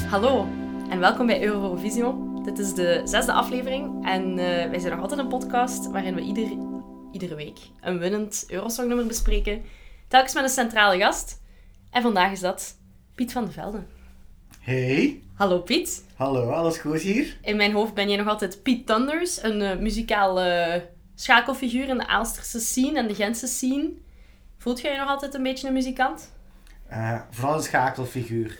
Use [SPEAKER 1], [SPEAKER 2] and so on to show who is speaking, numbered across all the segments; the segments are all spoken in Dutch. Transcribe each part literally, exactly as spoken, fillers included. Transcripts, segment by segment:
[SPEAKER 1] Hallo en welkom bij Eurovisio. Dit is de zesde aflevering en uh, wij zijn nog altijd een podcast waarin we ieder, iedere week een winnend Eurosongnummer bespreken. Telkens met een centrale gast. En vandaag is dat Piet van de Velde.
[SPEAKER 2] Hey.
[SPEAKER 1] Hallo Piet.
[SPEAKER 2] Hallo, alles goed hier?
[SPEAKER 1] In mijn hoofd ben je nog altijd Piet Thunders, een uh, muzikale uh, schakelfiguur in de Aalsterse scene en de Gentse scene. Voelt jij je nog altijd een beetje een muzikant?
[SPEAKER 2] Uh, vooral een schakelfiguur.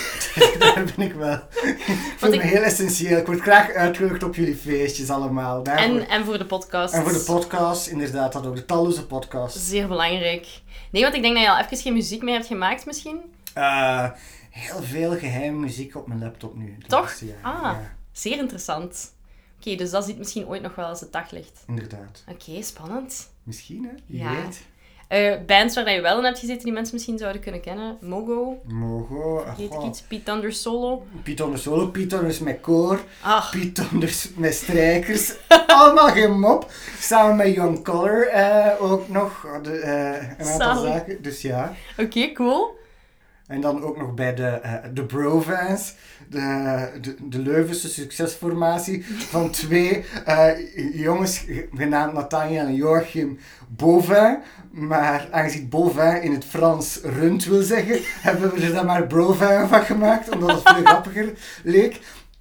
[SPEAKER 2] Daar ben ik wel. Ik voel me ik... heel essentieel. Ik word graag uitgenodigd op jullie feestjes allemaal.
[SPEAKER 1] En, en voor de podcast.
[SPEAKER 2] En voor de podcast, inderdaad. Dat ook de talloze podcast.
[SPEAKER 1] Zeer belangrijk. Nee, want ik denk dat je al even geen muziek meer hebt gemaakt misschien.
[SPEAKER 2] Uh, heel veel geheime muziek op mijn laptop nu.
[SPEAKER 1] Toch?
[SPEAKER 2] Ja,
[SPEAKER 1] ah,
[SPEAKER 2] ja.
[SPEAKER 1] Zeer interessant. Oké, okay, dus dat ziet misschien ooit nog wel eens het daglicht.
[SPEAKER 2] Inderdaad.
[SPEAKER 1] Oké, okay, spannend.
[SPEAKER 2] Misschien, hè? Wie
[SPEAKER 1] ja.
[SPEAKER 2] weet.
[SPEAKER 1] Uh, bands waar je wel in hebt gezeten die mensen misschien zouden kunnen kennen. Mogo.
[SPEAKER 2] Mogo.
[SPEAKER 1] Heet ik iets? Piet Thunders Solo.
[SPEAKER 2] Piet Thunders Solo. Piet Thunders met koor.
[SPEAKER 1] Ach.
[SPEAKER 2] Piet Thunders met strijkers. Allemaal geen mop. Samen met Young Color uh, ook nog. De, uh, een aantal
[SPEAKER 1] Sorry.
[SPEAKER 2] zaken. Dus ja.
[SPEAKER 1] Oké, okay, cool.
[SPEAKER 2] En dan ook nog bij de, uh, de Brovans, de, de, de Leuvense succesformatie van twee uh, jongens genaamd Nathaniel en Joachim Bovin. Maar aangezien Bovin in het Frans rund wil zeggen, hebben we er dan maar Brovin van gemaakt, omdat het veel grappiger leek.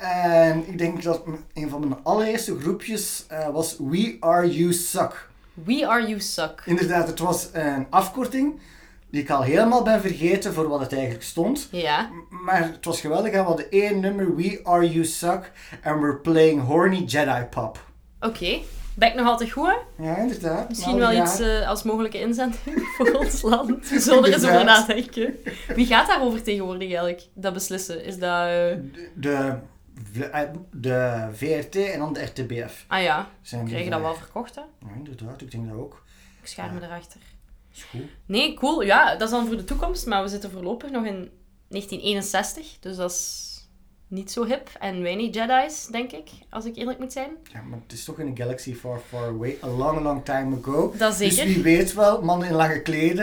[SPEAKER 2] En ik denk dat een van mijn allereerste groepjes uh, was We Are You Suck.
[SPEAKER 1] We Are You Suck.
[SPEAKER 2] Inderdaad, het was een afkorting die ik al helemaal ben vergeten voor wat het eigenlijk stond.
[SPEAKER 1] Ja.
[SPEAKER 2] Maar het was geweldig. We hadden één nummer, We Are You Suck. And we're playing Horny Jedi Pop.
[SPEAKER 1] Oké. Okay. Ben ik nog altijd goed, hè?
[SPEAKER 2] Ja, inderdaad.
[SPEAKER 1] Misschien wel jaar. iets uh, als mogelijke inzending voor ons land. We zullen er eens over nadenken. Wie gaat daarover tegenwoordig eigenlijk, dat beslissen? Is dat... Uh...
[SPEAKER 2] De, de, de V R T en dan de R T B F.
[SPEAKER 1] Ah ja.
[SPEAKER 2] Zijn
[SPEAKER 1] Krijg je dat wel verkocht, hè?
[SPEAKER 2] Ja, inderdaad. Ik denk dat ook.
[SPEAKER 1] Ik schaar me erachter.
[SPEAKER 2] Is goed.
[SPEAKER 1] Nee, cool. Ja, dat is dan voor de toekomst. Maar we zitten voorlopig nog in negentien eenenzestig. Dus dat is niet zo hip. En weinig Jedi's, denk ik. Als ik eerlijk moet zijn.
[SPEAKER 2] Ja, maar het is toch in een galaxy far, far away. A long, long time ago.
[SPEAKER 1] Dat zeker.
[SPEAKER 2] Dus wie weet wel, mannen in lange kleden.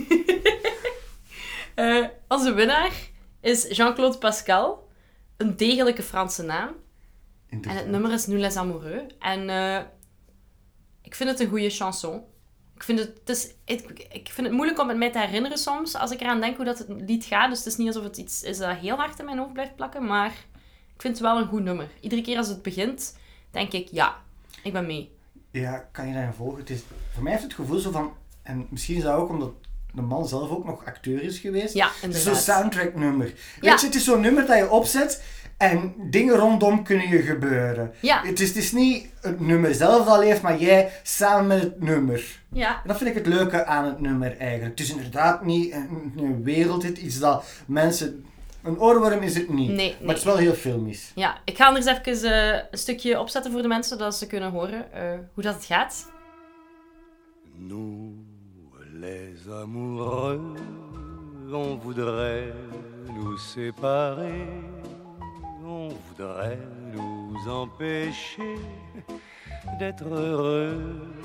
[SPEAKER 1] uh, onze winnaar is Jean-Claude Pascal. Een degelijke Franse naam. Inderdaad. En het nummer is Nous les Amoureux. En uh, ik vind het een goede chanson. Ik vind, het, het is, ik, ik vind het moeilijk om het mij te herinneren soms, als ik eraan denk hoe dat het lied gaat. Dus het is niet alsof het iets is dat heel hard in mijn hoofd blijft plakken, maar ik vind het wel een goed nummer. Iedere keer als het begint, denk ik, ja, ik ben mee.
[SPEAKER 2] Ja, kan je daarin volgen? Het is, voor mij heeft het gevoel zo van, en misschien is dat ook omdat de man zelf ook nog acteur is geweest.
[SPEAKER 1] Ja, inderdaad.
[SPEAKER 2] Het is zo'n soundtrack nummer.
[SPEAKER 1] Ja.
[SPEAKER 2] Weet je, het is zo'n nummer dat je opzet en dingen rondom kunnen je gebeuren.
[SPEAKER 1] Ja.
[SPEAKER 2] Het is, het is niet het nummer zelf dat leeft, maar jij samen met het nummer.
[SPEAKER 1] Ja.
[SPEAKER 2] En dat vind ik het leuke aan het nummer eigenlijk. Het is inderdaad niet een, een wereldhit, iets dat mensen... Een oorworm is het niet,
[SPEAKER 1] nee, nee.
[SPEAKER 2] maar het is wel heel filmisch.
[SPEAKER 1] Ja, ik ga anders even uh, een stukje opzetten voor de mensen, zodat ze kunnen horen uh, hoe dat het gaat.
[SPEAKER 3] Nous les amoureux, on voudrait nous séparer, on voudrait nous empêcher d'être heureux.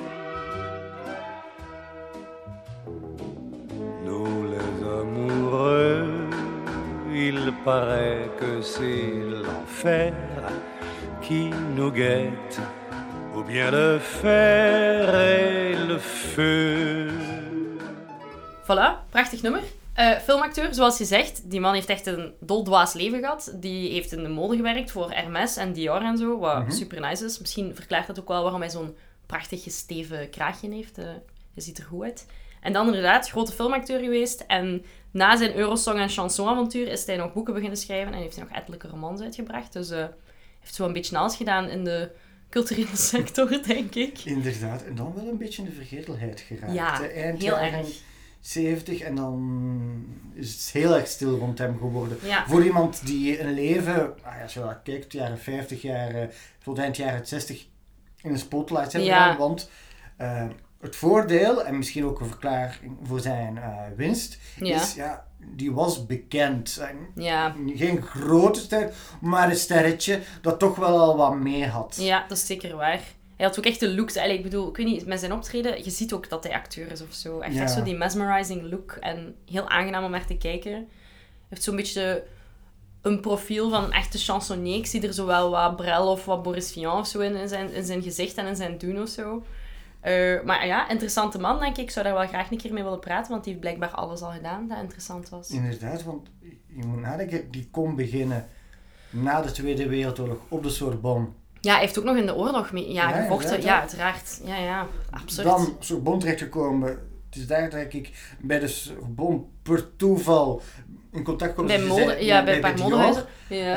[SPEAKER 3] Nous les amoureux, il paraît que c'est l'enfer qui nous guette, ou bien le fer et le feu.
[SPEAKER 1] Voilà, prachtig nummer. Uh, filmacteur, zoals je zegt, die man heeft echt een doldwaas leven gehad. Die heeft in de mode gewerkt voor Hermès en Dior en zo, wat mm-hmm. super nice is. Misschien verklaart dat ook wel waarom hij zo'n prachtig gesteven kraagje heeft. Uh, je ziet er goed uit. En dan inderdaad, grote filmacteur geweest. En na zijn Eurosong en chansonavontuur is hij nog boeken beginnen schrijven en heeft hij nog ettelijke romans uitgebracht. Dus hij uh, heeft zo een beetje alles gedaan in de culturele sector, denk ik.
[SPEAKER 2] Inderdaad, en dan wel een beetje in de vergetelheid geraakt.
[SPEAKER 1] Ja,
[SPEAKER 2] Eind
[SPEAKER 1] heel
[SPEAKER 2] jaren
[SPEAKER 1] erg.
[SPEAKER 2] zeventig en dan is het heel erg stil rond hem geworden.
[SPEAKER 1] Ja.
[SPEAKER 2] Voor iemand die een leven, als je wel kijkt, de jaren vijftig, jaren, tot eind jaren zestig in een spotlight hebben
[SPEAKER 1] ja.
[SPEAKER 2] gedaan, want uh, het voordeel, en misschien ook een verklaring voor zijn uh, winst,
[SPEAKER 1] ja.
[SPEAKER 2] is, ja, die was bekend.
[SPEAKER 1] Ja.
[SPEAKER 2] Geen grote ster, maar een sterretje dat toch wel al wat mee had.
[SPEAKER 1] Ja, dat is zeker waar. Hij had ook echt de looks. Ik bedoel, ik weet niet, met zijn optreden, je ziet ook dat hij acteur is of zo. Hij heeft
[SPEAKER 2] ja.
[SPEAKER 1] zo die mesmerizing look en heel aangenaam om naar te kijken. Hij heeft zo'n beetje een profiel van een echte chansonnier. Ik zie er zowel wat Brel of wat Boris Vian of zo in, in, zijn, in zijn gezicht en in zijn doen of zo. Uh, maar ja, interessante man, denk ik. Ik zou daar wel graag een keer mee willen praten, want die heeft blijkbaar alles al gedaan dat interessant was.
[SPEAKER 2] Inderdaad, want je moet nadenken, die kon beginnen na de Tweede Wereldoorlog op de Sorbonne.
[SPEAKER 1] Ja, hij heeft ook nog in de oorlog mee ja,
[SPEAKER 2] ja,
[SPEAKER 1] gevochten. Ja, uiteraard. Ja, ja, absurd.
[SPEAKER 2] Dan Sorbonne terechtgekomen. Het is daar denk ik bij de Sorbonne per toeval in contact komen.
[SPEAKER 1] Bij mode, zijn, ja, bij, bij een paar modehuizen. Ja.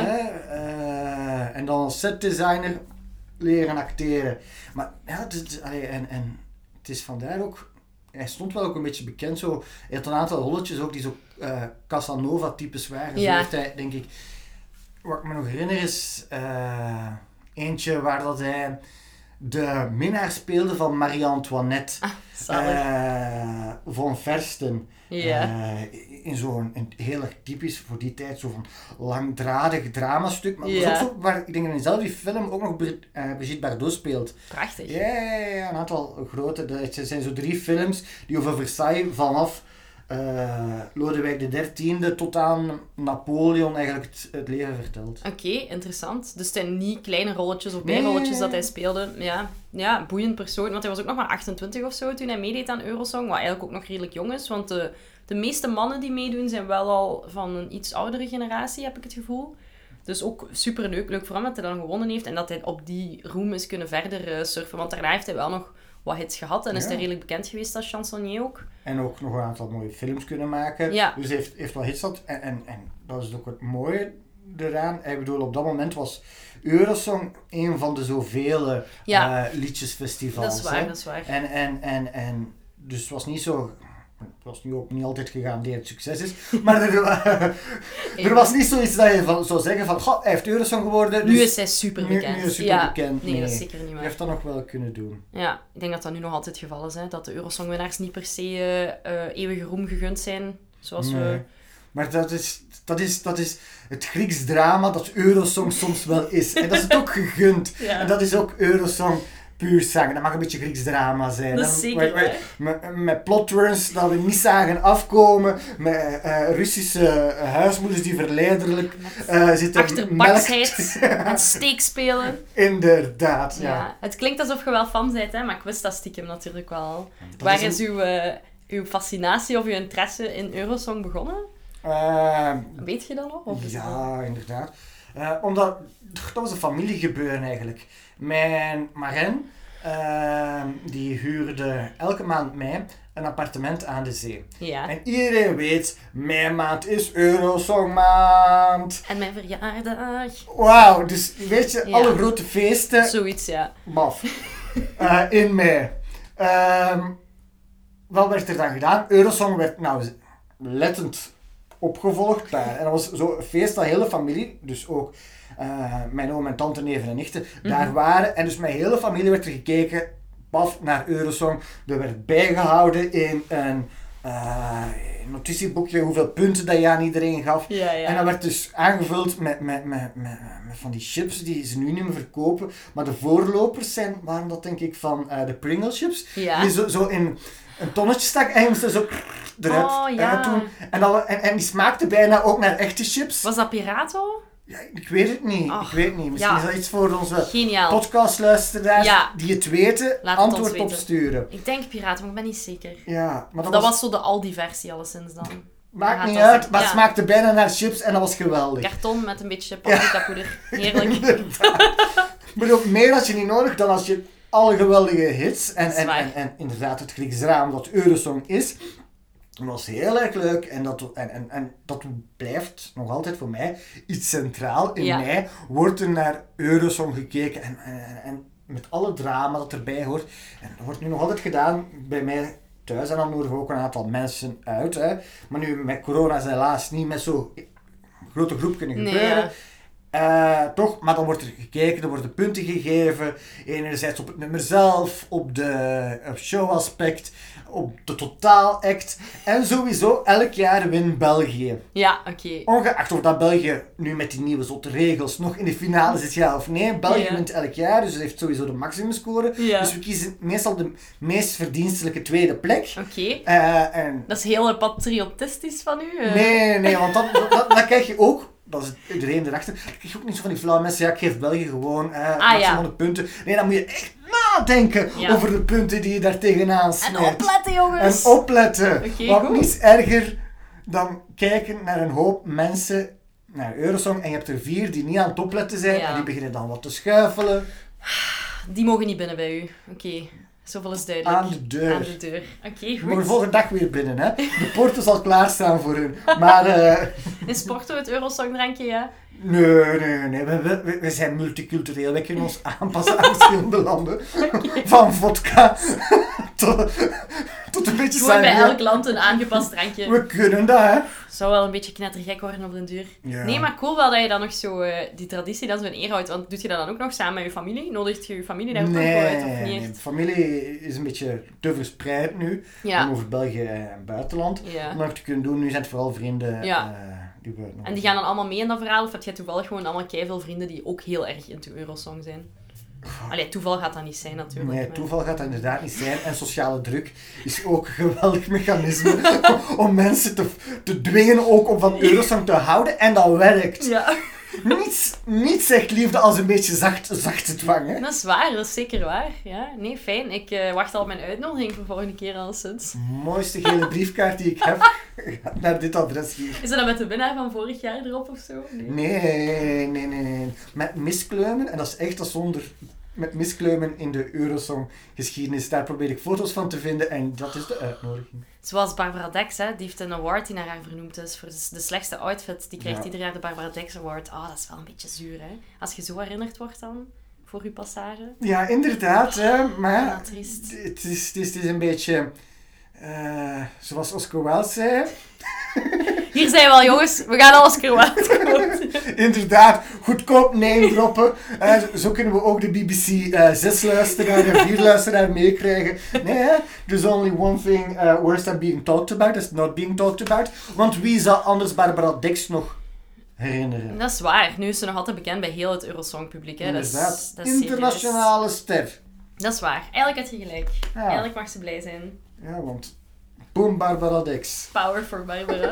[SPEAKER 2] Uh, en dan als setdesigner leren acteren. Maar ja, het is, allee, en, en het is vandaar ook... Hij stond wel ook een beetje bekend zo. Hij had een aantal rolletjes ook die zo uh, Casanova-types waren.
[SPEAKER 1] Ja.
[SPEAKER 2] Zo heeft hij, denk ik... Wat ik me nog herinner is... Uh, eentje waar dat hij de minnaar speelde van Marie-Antoinette.
[SPEAKER 1] Ah,
[SPEAKER 2] uh, van Versten.
[SPEAKER 1] Ja.
[SPEAKER 2] Uh, in zo'n een heel erg typisch voor die tijd zo van langdradig dramastuk. Maar
[SPEAKER 1] ja.
[SPEAKER 2] dat is ook zo waar ik denk dat in dezelfde film ook nog Br- uh, Brigitte Bardot speelt.
[SPEAKER 1] Prachtig.
[SPEAKER 2] Ja, ja, ja, een aantal grote. Het zijn zo drie films die over Versailles vanaf uh, Lodewijk de dertiende tot aan Napoleon eigenlijk het, het leven vertelt.
[SPEAKER 1] Oké, okay, interessant. Dus het zijn niet kleine rolletjes of bijrolletjes nee. dat hij speelde. Ja, ja, boeiend persoon. Want hij was ook nog maar achtentwintig of zo toen hij meedeed aan Eurosong. Wat eigenlijk ook nog redelijk jong is. Want de, de meeste mannen die meedoen zijn wel al van een iets oudere generatie, heb ik het gevoel. Dus ook superleuk. Leuk voor hem dat hij dan gewonnen heeft. En dat hij op die roem is kunnen verder uh, surfen. Want daarna heeft hij wel nog wat hits gehad. En ja. is hij redelijk bekend geweest als chansonnier ook.
[SPEAKER 2] En ook nog een aantal mooie films kunnen maken.
[SPEAKER 1] Ja.
[SPEAKER 2] Dus hij heeft, heeft wel hits gehad. En, en, en dat is ook het mooie eraan. Ik bedoel, op dat moment was Eurosong een van de zoveel
[SPEAKER 1] ja.
[SPEAKER 2] uh, liedjesfestivals.
[SPEAKER 1] Dat is waar,
[SPEAKER 2] hè?
[SPEAKER 1] dat is waar.
[SPEAKER 2] En, en, en, en dus het was niet zo... Het was nu ook niet altijd gegarandeerd succes is. Maar er, er was niet zoiets dat je van, zou zeggen van... Goh, hij heeft Eurosong geworden. Dus
[SPEAKER 1] nu is hij super bekend.
[SPEAKER 2] Nu, nu is super
[SPEAKER 1] ja.
[SPEAKER 2] bekend.
[SPEAKER 1] Nee,
[SPEAKER 2] nee,
[SPEAKER 1] dat is zeker niet waar.
[SPEAKER 2] Hij heeft dat nog wel kunnen doen.
[SPEAKER 1] Ja, ik denk dat dat nu nog altijd het geval is. Hè? Dat de Eurosongwinnaars niet per se uh, uh, eeuwige roem gegund zijn. Zoals
[SPEAKER 2] nee.
[SPEAKER 1] we...
[SPEAKER 2] Maar dat is, dat, is, dat is het Grieks drama dat Eurosong soms wel is. En dat is het ook gegund.
[SPEAKER 1] Ja.
[SPEAKER 2] En dat is ook Eurosong puur zang. Dat mag een beetje Grieks drama zijn.
[SPEAKER 1] Dat is zeker
[SPEAKER 2] met, met, met plotturns dat we niet zagen afkomen. Met uh, Russische uh, huismoeders die verleiderlijk uh, zitten
[SPEAKER 1] achterbaksheid en steekspelen.
[SPEAKER 2] Inderdaad, ja.
[SPEAKER 1] ja. Het klinkt alsof je wel fan bent, hè? Maar ik wist dat stiekem natuurlijk wel.
[SPEAKER 2] Dat
[SPEAKER 1] Waar
[SPEAKER 2] is,
[SPEAKER 1] is uw, uh, uw fascinatie of uw interesse in Eurosong begonnen?
[SPEAKER 2] Uh,
[SPEAKER 1] Weet je dat nog? Of
[SPEAKER 2] ja, inderdaad. Uh, omdat, dat was een familiegebeuren eigenlijk. Mijn marraine, uh, die huurde elke maand mij een appartement aan de zee.
[SPEAKER 1] Ja.
[SPEAKER 2] En iedereen weet, mijn maand is Eurosongmaand.
[SPEAKER 1] En mijn verjaardag.
[SPEAKER 2] Wauw, dus weet je,
[SPEAKER 1] ja.
[SPEAKER 2] alle grote feesten.
[SPEAKER 1] Zoiets, ja.
[SPEAKER 2] Maf. uh, in mei. Uh, wat werd er dan gedaan? Eurosong werd nou lettend opgevolgd. En dat was zo'n feest dat hele familie, dus ook uh, mijn oom en tante, neven en nichten, mm-hmm. daar waren. En dus mijn hele familie werd er gekeken, paf, naar Eurosong. Er werd bijgehouden in een uh, notitieboekje hoeveel punten dat je aan iedereen gaf.
[SPEAKER 1] Ja, ja.
[SPEAKER 2] En dat werd dus aangevuld met, met, met, met, met van die chips die ze nu niet meer verkopen. Maar de voorlopers zijn, waren dat denk ik van uh, de Pringle chips.
[SPEAKER 1] Ja.
[SPEAKER 2] Die zo, zo in een tonnetje stak en je moest er zo eruit
[SPEAKER 1] oh, ja.
[SPEAKER 2] doen. En, dat, en, en die smaakte bijna ook naar echte chips.
[SPEAKER 1] Was dat Pirato?
[SPEAKER 2] Ja, ik weet het niet.
[SPEAKER 1] Oh,
[SPEAKER 2] ik weet het niet. Misschien
[SPEAKER 1] ja.
[SPEAKER 2] is dat iets voor onze
[SPEAKER 1] Geniaal.
[SPEAKER 2] podcastluisteraars
[SPEAKER 1] ja.
[SPEAKER 2] die het weten,
[SPEAKER 1] Laat
[SPEAKER 2] antwoord
[SPEAKER 1] het
[SPEAKER 2] opsturen.
[SPEAKER 1] Ik denk Pirato, maar ik ben niet zeker.
[SPEAKER 2] Ja, maar dat,
[SPEAKER 1] dat
[SPEAKER 2] was...
[SPEAKER 1] was zo de Aldi-versie alleszins dan.
[SPEAKER 2] Maakt niet uit,
[SPEAKER 1] zeggen.
[SPEAKER 2] maar
[SPEAKER 1] ja.
[SPEAKER 2] het smaakte bijna naar chips en dat was geweldig.
[SPEAKER 1] Karton met een beetje paprikapoeder. Ja. Heerlijk.
[SPEAKER 2] Maar ook meer had je niet nodig dan als je alle geweldige hits en, en, en, en inderdaad het Grieks drama dat Eurosong is. Dat was heel erg leuk en dat, en, en, en dat blijft nog altijd voor mij iets centraal. In
[SPEAKER 1] ja.
[SPEAKER 2] mij wordt er naar Eurosong gekeken en, en, en met alle drama dat erbij hoort. En dat wordt nu nog altijd gedaan bij mij thuis en dan nodigen we ook een aantal mensen uit. Hè. Maar nu met corona is het helaas niet met zo'n grote groep kunnen gebeuren.
[SPEAKER 1] Nee, ja.
[SPEAKER 2] Uh, toch, maar dan wordt er gekeken, er worden punten gegeven. Enerzijds op het nummer zelf, op de op showaspect, op de totaalact. En sowieso, elk jaar wint België.
[SPEAKER 1] Ja, oké. Okay.
[SPEAKER 2] Ongeacht of dat België nu met die nieuwe zotte regels nog in de finale zit, ja of nee. België ja. wint elk jaar, dus het heeft sowieso de maximumscore.
[SPEAKER 1] Ja.
[SPEAKER 2] Dus we kiezen meestal de meest verdienstelijke tweede plek.
[SPEAKER 1] Oké. Okay.
[SPEAKER 2] Uh, en...
[SPEAKER 1] Dat is heel patriotistisch van u. Uh.
[SPEAKER 2] Nee, nee, want dat, dat, dat, dat krijg je ook. was het iedereen erachter. Ik kreeg ook niet zo van die flauwe mensen, ja, ik geef België gewoon eh,
[SPEAKER 1] Ah,
[SPEAKER 2] maximaal
[SPEAKER 1] ja.
[SPEAKER 2] honderd punten. Nee, dan moet je echt nadenken
[SPEAKER 1] Ja.
[SPEAKER 2] over de punten die je daar tegenaan
[SPEAKER 1] En
[SPEAKER 2] snijdt.
[SPEAKER 1] opletten, jongens!
[SPEAKER 2] En opletten.
[SPEAKER 1] Oké,
[SPEAKER 2] Want
[SPEAKER 1] goed.
[SPEAKER 2] niets erger dan kijken naar een hoop mensen naar Eurosong en je hebt er vier die niet aan het opletten zijn
[SPEAKER 1] Ja.
[SPEAKER 2] en die beginnen dan wat te schuifelen
[SPEAKER 1] Die mogen niet binnen bij u. Oké, okay. Zoveel is duidelijk.
[SPEAKER 2] aan de deur.
[SPEAKER 1] Aan de deur. Oké, okay,
[SPEAKER 2] We mogen
[SPEAKER 1] goed.
[SPEAKER 2] volgende dag weer binnen, hè. De poorten zal klaarstaan voor hun. Maar, eh...
[SPEAKER 1] Is Porto het Eurosongdrankje, ja?
[SPEAKER 2] Nee, nee, nee. We, we, we zijn multicultureel. We kunnen ons aanpassen aan verschillende landen. Van vodka tot, tot een beetje
[SPEAKER 1] Gewoon bij
[SPEAKER 2] sangria.
[SPEAKER 1] elk land een aangepast drankje.
[SPEAKER 2] We kunnen dat, hè.
[SPEAKER 1] Zou wel een beetje knettergek worden op den duur.
[SPEAKER 2] Ja.
[SPEAKER 1] Nee, maar cool wel dat je dan nog zo uh, die traditie dan zo in eer houdt. Want doet je dat dan ook nog samen met je familie? Nodigt je je familie daar ook nog
[SPEAKER 2] Nee,
[SPEAKER 1] voor uit? Of niet
[SPEAKER 2] nee,
[SPEAKER 1] echt?
[SPEAKER 2] de familie is een beetje te verspreid nu.
[SPEAKER 1] Ja.
[SPEAKER 2] Over België en buitenland.
[SPEAKER 1] Ja.
[SPEAKER 2] Om nog te kunnen doen. Nu zijn het vooral vrienden.
[SPEAKER 1] Ja.
[SPEAKER 2] Uh, die we nog
[SPEAKER 1] En die gaan dan allemaal mee in dat verhaal? Of heb jij toevallig gewoon allemaal keiveel vrienden die ook heel erg into Eurosong zijn? Allee, toeval gaat dat niet zijn natuurlijk.
[SPEAKER 2] Nee,
[SPEAKER 1] maar...
[SPEAKER 2] toeval gaat dat inderdaad niet zijn. En sociale druk is ook een geweldig mechanisme om mensen te, te dwingen ook om van Eurosong te houden. En dat werkt.
[SPEAKER 1] Ja.
[SPEAKER 2] Niets, niets zegt liefde als een beetje zacht, zachte dwang, hè?
[SPEAKER 1] Dat is waar, dat is zeker waar. Ja, nee, fijn. Ik uh, wacht al op mijn uitnodiging voor volgende keer al sinds.
[SPEAKER 2] De mooiste gele briefkaart die ik heb, gaat naar dit adres hier.
[SPEAKER 1] Is dat dan met de winnaar van vorig jaar erop of zo? Nee.
[SPEAKER 2] Nee, nee, nee, nee. Met miskleumen, en dat is echt als zonder... Met miskleumen in de Eurosong-geschiedenis. Daar probeer ik foto's van te vinden en dat is de uitnodiging.
[SPEAKER 1] Zoals Barbara Dex, hè, die heeft een award die naar haar vernoemd is voor de slechtste outfit. Die krijgt
[SPEAKER 2] Ja.
[SPEAKER 1] ieder jaar de Barbara Dex Award. Ah, oh, dat is wel een beetje zuur, hè? Als je zo herinnerd wordt dan, voor je passage.
[SPEAKER 2] Ja, inderdaad, hè, maar
[SPEAKER 1] Ja, triest.
[SPEAKER 2] het is, het is, het is een beetje... Uh, zoals Oscar Wilde zei...
[SPEAKER 1] Hier zijn we al, jongens. We gaan Oscar Wilde.
[SPEAKER 2] Inderdaad, goedkoop name droppen. Uh, zo kunnen we ook de B B C uh, zes luisteraar en vier luisteraar meekrijgen. Nee, hè? There's only one thing uh, worse than being talked about. That's not being talked about. Want wie zal anders Barbara Dex nog herinneren?
[SPEAKER 1] Dat is waar. Nu is ze nog altijd bekend bij heel het Eurosong-publiek. Hè. Dat is,
[SPEAKER 2] Inderdaad,
[SPEAKER 1] dat is
[SPEAKER 2] internationale ster.
[SPEAKER 1] Dat is waar. Eigenlijk had je gelijk.
[SPEAKER 2] Ja.
[SPEAKER 1] Eigenlijk mag ze blij zijn.
[SPEAKER 2] Ja, want... Boom, Barbara Dex.
[SPEAKER 1] Power for Barbara.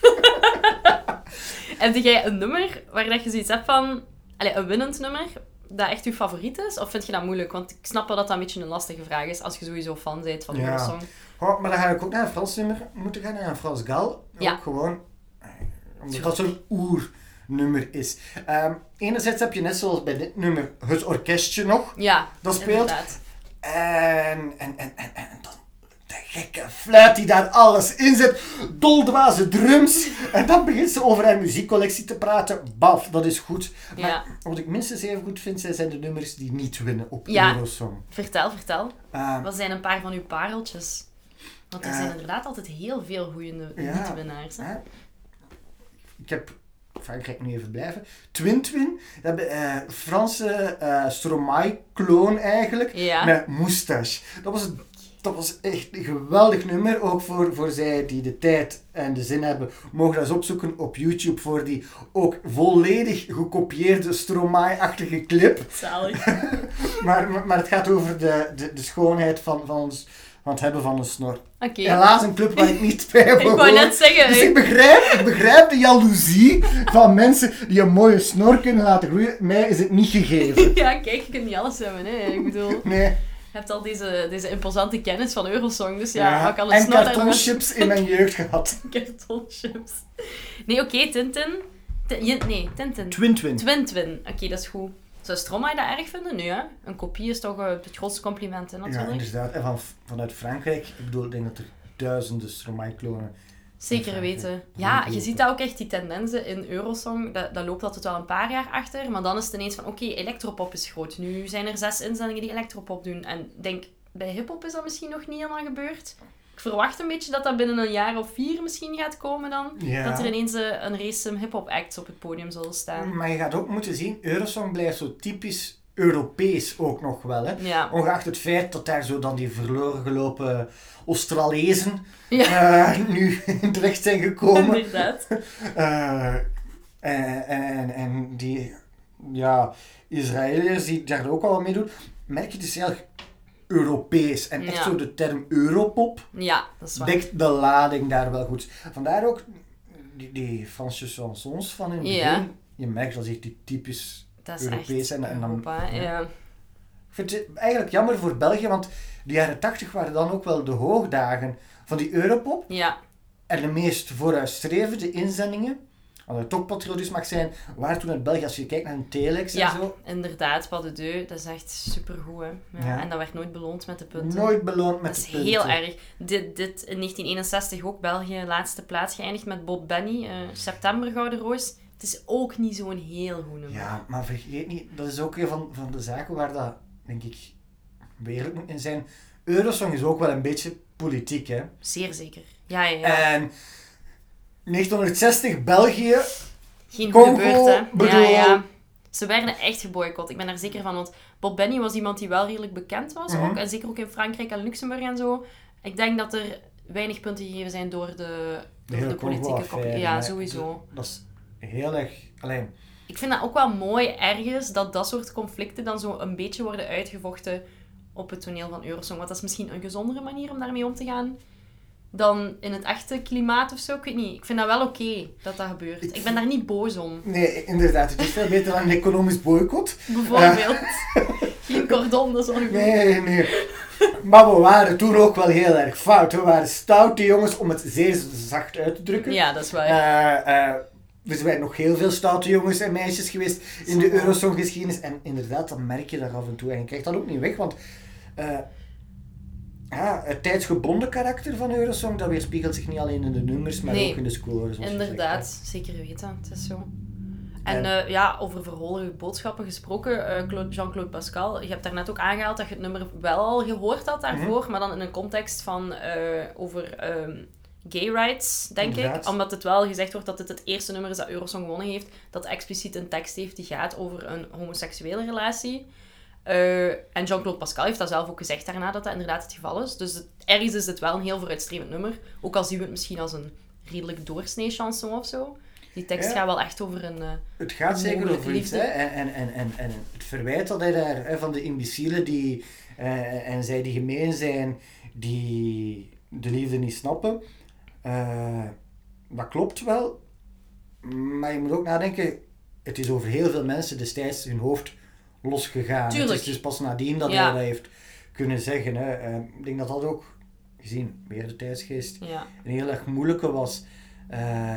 [SPEAKER 1] Heb jij een nummer waar dat je zoiets hebt van... Allez, een winnend nummer, dat echt je favoriet is? Of vind je dat moeilijk? Want ik snap wel dat dat een beetje een lastige vraag is, als je sowieso fan bent van de
[SPEAKER 2] Ja.
[SPEAKER 1] Eurosong.
[SPEAKER 2] Oh, maar dan ga ik ook naar een Frans nummer moeten gaan, naar een Frans Gal.
[SPEAKER 1] Ja.
[SPEAKER 2] Ook gewoon... Omdat dat zo'n oernummer is. Um, enerzijds heb je net zoals bij dit nummer het orkestje nog.
[SPEAKER 1] Ja,
[SPEAKER 2] Dat speelt.
[SPEAKER 1] inderdaad.
[SPEAKER 2] En, en, en, en, en dan de gekke fluit die daar alles in zit. Doldwaze drums. En dan begint ze over haar muziekcollectie te praten. Baf, dat is goed. Maar
[SPEAKER 1] Ja.
[SPEAKER 2] wat ik minstens even goed vind, zijn de nummers die niet winnen op
[SPEAKER 1] Ja.
[SPEAKER 2] Eurosong.
[SPEAKER 1] Vertel, vertel.
[SPEAKER 2] Uh,
[SPEAKER 1] Wat zijn een paar van uw pareltjes? Want er
[SPEAKER 2] Uh,
[SPEAKER 1] zijn inderdaad altijd heel veel goede
[SPEAKER 2] ja.
[SPEAKER 1] niet-winnaars. Hè?
[SPEAKER 2] uh, ik heb... Frankrijk nu even blijven. Twin Twin. Dat hebben uh, Franse uh, Stromae-kloon eigenlijk.
[SPEAKER 1] Ja.
[SPEAKER 2] Met moustache. Dat was, dat was echt een geweldig nummer. Ook voor, voor zij die de tijd en de zin hebben. Mogen dat eens opzoeken op YouTube. Voor die ook volledig gekopieerde Stromae-achtige clip.
[SPEAKER 1] Zalig.
[SPEAKER 2] maar, maar, maar het gaat over de, de, de schoonheid van, van, ons, van het hebben van een snor.
[SPEAKER 1] Oké. Okay.
[SPEAKER 2] Helaas een club waar ik niet bij heb.
[SPEAKER 1] Ik wou net zeggen.
[SPEAKER 2] Dus
[SPEAKER 1] hè.
[SPEAKER 2] ik begrijp, ik begrijp de jaloezie van mensen die een mooie snor kunnen laten groeien. Mij is het niet gegeven.
[SPEAKER 1] Ja, kijk, je kunt niet alles hebben. Hè. Ik bedoel,
[SPEAKER 2] Nee.
[SPEAKER 1] je hebt al deze, deze imposante kennis van Eurosong. Dus ja,
[SPEAKER 2] Ja,
[SPEAKER 1] ik al een
[SPEAKER 2] en
[SPEAKER 1] snor daar nog-
[SPEAKER 2] kartonchips in mijn jeugd gehad.
[SPEAKER 1] Kartonchips. Nee, oké, okay, Tintin. Tin, je- nee, Tintin.
[SPEAKER 2] Twin Twin.
[SPEAKER 1] Twin Twin. Oké, okay, dat is goed. Zou Stromae dat erg vinden? Nee, hè? Een kopie is toch uh, het grootste compliment, hè,
[SPEAKER 2] Ja,
[SPEAKER 1] natuurlijk.
[SPEAKER 2] inderdaad. En van, vanuit Frankrijk, ik bedoel, ik denk dat er duizenden Stromae-klonen...
[SPEAKER 1] Zeker weten. Ja, je ziet dat ook echt, die tendensen in Eurosong. Dat, dat loopt altijd wel een paar jaar achter. Maar dan is het ineens van, oké, okay, elektropop is groot. Nu zijn er zes instellingen die elektropop doen. En ik denk, bij hiphop is dat misschien nog niet helemaal gebeurd. Ik verwacht een beetje dat dat binnen een jaar of vier misschien gaat komen dan.
[SPEAKER 2] Ja.
[SPEAKER 1] Dat er ineens uh, een race hip-hop acts op het podium zullen staan.
[SPEAKER 2] Maar je gaat ook moeten zien, Eurosong blijft zo typisch Europees ook nog wel. Hè?
[SPEAKER 1] Ja.
[SPEAKER 2] Ongeacht het feit dat daar zo dan die verloren gelopen Australezen
[SPEAKER 1] Ja.
[SPEAKER 2] uh, nu terecht zijn gekomen.
[SPEAKER 1] Inderdaad.
[SPEAKER 2] Uh, en, en, en die ja, Israëliërs die daar ook al mee doen, merk je het is heel Europees. En echt
[SPEAKER 1] Ja.
[SPEAKER 2] zo de term Europop
[SPEAKER 1] Ja, dat is waar.
[SPEAKER 2] dekt de lading daar wel goed. Vandaar ook die, die Franse chansons van in het begin,
[SPEAKER 1] Ja.
[SPEAKER 2] je merkt dat echt die typisch
[SPEAKER 1] Dat is
[SPEAKER 2] Europees
[SPEAKER 1] echt
[SPEAKER 2] zijn. En dan,
[SPEAKER 1] Europa,
[SPEAKER 2] ja.
[SPEAKER 1] ja.
[SPEAKER 2] Ik vind het eigenlijk jammer voor België, want de jaren tachtig waren dan ook wel de hoogdagen van die Europop.
[SPEAKER 1] Ja,
[SPEAKER 2] En de meest vooruitstrevende inzendingen, als het ook patriotisch mag zijn, waren toen uit België, als je kijkt naar een telex
[SPEAKER 1] ja,
[SPEAKER 2] en zo,
[SPEAKER 1] inderdaad, Pas de Deux, dat is echt supergoed, hè. Ja,
[SPEAKER 2] Ja.
[SPEAKER 1] En dat werd nooit beloond met de punten.
[SPEAKER 2] nooit beloond met
[SPEAKER 1] Dat is
[SPEAKER 2] de punten.
[SPEAKER 1] heel erg. Dit, dit in negentien eenenzestig ook België laatste plaats geëindigd met Bob Benny, uh, September Gouden Roos. Het is ook niet zo'n heel goed nummer.
[SPEAKER 2] Ja, maar vergeet niet, dat is ook een van, van de zaken waar dat, denk ik, weerlijk moet in zijn. Eurosong is ook wel een beetje politiek, hè.
[SPEAKER 1] Zeer zeker. Ja, ja, ja.
[SPEAKER 2] En negentienhonderdzestig België,
[SPEAKER 1] Geen goede
[SPEAKER 2] Congo,
[SPEAKER 1] beurt, hè.
[SPEAKER 2] bedoel-
[SPEAKER 1] Ja, ja. Ze werden echt geboycott. Ik ben daar zeker van, want Bob Benny was iemand die wel redelijk bekend was.
[SPEAKER 2] Mhm.
[SPEAKER 1] Ook, en zeker ook in Frankrijk en Luxemburg en zo. Ik denk dat er weinig punten gegeven zijn door de, door
[SPEAKER 2] hele
[SPEAKER 1] de politieke
[SPEAKER 2] Congo-affaire,
[SPEAKER 1] koppeling. Ja,
[SPEAKER 2] hè.
[SPEAKER 1] sowieso.
[SPEAKER 2] Dat is heel erg, alleen,
[SPEAKER 1] Ik vind dat ook wel mooi ergens, dat dat soort conflicten dan zo een beetje worden uitgevochten op het toneel van Eurosong. Want dat is misschien een gezondere manier om daarmee om te gaan dan in het echte klimaat of zo. Ik weet niet. Ik vind dat wel oké dat dat gebeurt. Ik ben daar niet boos om.
[SPEAKER 2] nee, inderdaad, het is veel beter dan een economisch boycott.
[SPEAKER 1] Bijvoorbeeld. Geen cordon, dat is wel goed.
[SPEAKER 2] Nee, nee. Maar we waren toen ook wel heel erg fout. We waren stoute jongens, om het zeer zacht uit te drukken.
[SPEAKER 1] Ja, dat is waar.
[SPEAKER 2] Eh, eh, er zijn nog heel veel stoute jongens en meisjes geweest in de Eurosong-geschiedenis. En inderdaad, dan merk je daar af en toe. En je krijgt dat ook niet weg, want uh, ja, het tijdsgebonden karakter van Eurosong, dat weerspiegelt zich niet alleen in de nummers, maar
[SPEAKER 1] nee,
[SPEAKER 2] ook in de scores.
[SPEAKER 1] Inderdaad, zeker weten. Het is zo. En
[SPEAKER 2] En-
[SPEAKER 1] uh, ja, over verhollige boodschappen gesproken, uh, Jean-Claude Pascal, je hebt daarnet ook aangehaald dat je het nummer wel al gehoord had daarvoor,
[SPEAKER 2] Mm-hmm.
[SPEAKER 1] maar dan in een context van uh, over um, gay rights, denk
[SPEAKER 2] Inderdaad.
[SPEAKER 1] ik. Omdat het wel gezegd wordt dat dit het eerste nummer is dat Eurosong gewonnen heeft, dat expliciet een tekst heeft die gaat over een homoseksuele relatie. Uh, en Jean-Claude Pascal heeft dat zelf ook gezegd daarna, dat dat inderdaad het geval is. Dus het, ergens is het wel een heel vooruitstrevend nummer, ook al zien we het misschien als een redelijk doorsnee chanson of zo. Die tekst
[SPEAKER 2] Ja.
[SPEAKER 1] gaat wel echt over een... Uh,
[SPEAKER 2] Het gaat zeker
[SPEAKER 1] mogelijke
[SPEAKER 2] over iets,
[SPEAKER 1] liefde.
[SPEAKER 2] hè. En, en, en, en, en het verwijt dat hij daar, hè, van de imbecielen die, uh, en zij die gemeen zijn, die de liefde niet snappen. Uh, dat klopt wel, maar je moet ook nadenken, het is over heel veel mensen destijds hun hoofd losgegaan.
[SPEAKER 1] Tuurlijk.
[SPEAKER 2] Het is dus pas nadien dat
[SPEAKER 1] Ja.
[SPEAKER 2] hij dat heeft kunnen zeggen. Hè. Uh, ik denk dat dat ook, gezien weer de tijdsgeest,
[SPEAKER 1] ja.
[SPEAKER 2] een heel erg moeilijke was. Uh,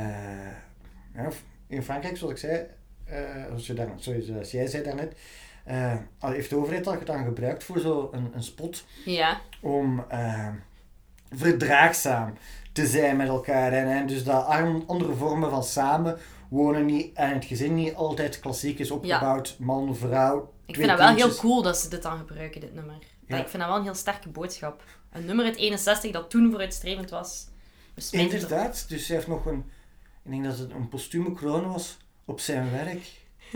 [SPEAKER 2] ja, in Frankrijk, zoals ik zei, uh, zoals, je daar, zoals jij zei daarnet, uh, heeft de overheid dat dan gebruikt voor zo een, een spot
[SPEAKER 1] Ja.
[SPEAKER 2] om uh, verdraagzaam te zijn met elkaar. En, en dus dat arm, andere vormen van samenwonen niet, en het gezin niet altijd klassiek is opgebouwd, ja. man, vrouw,
[SPEAKER 1] Ik
[SPEAKER 2] twee
[SPEAKER 1] vind dat wel
[SPEAKER 2] kindjes.
[SPEAKER 1] heel cool dat ze dit dan gebruiken, dit nummer.
[SPEAKER 2] Ja.
[SPEAKER 1] Ik vind dat wel een heel sterke boodschap. Een nummer uit eenenzestig dat toen vooruitstrevend was. Dus mijn-
[SPEAKER 2] Inderdaad, dus hij heeft nog een, ik denk dat het een postume kroon was op zijn werk.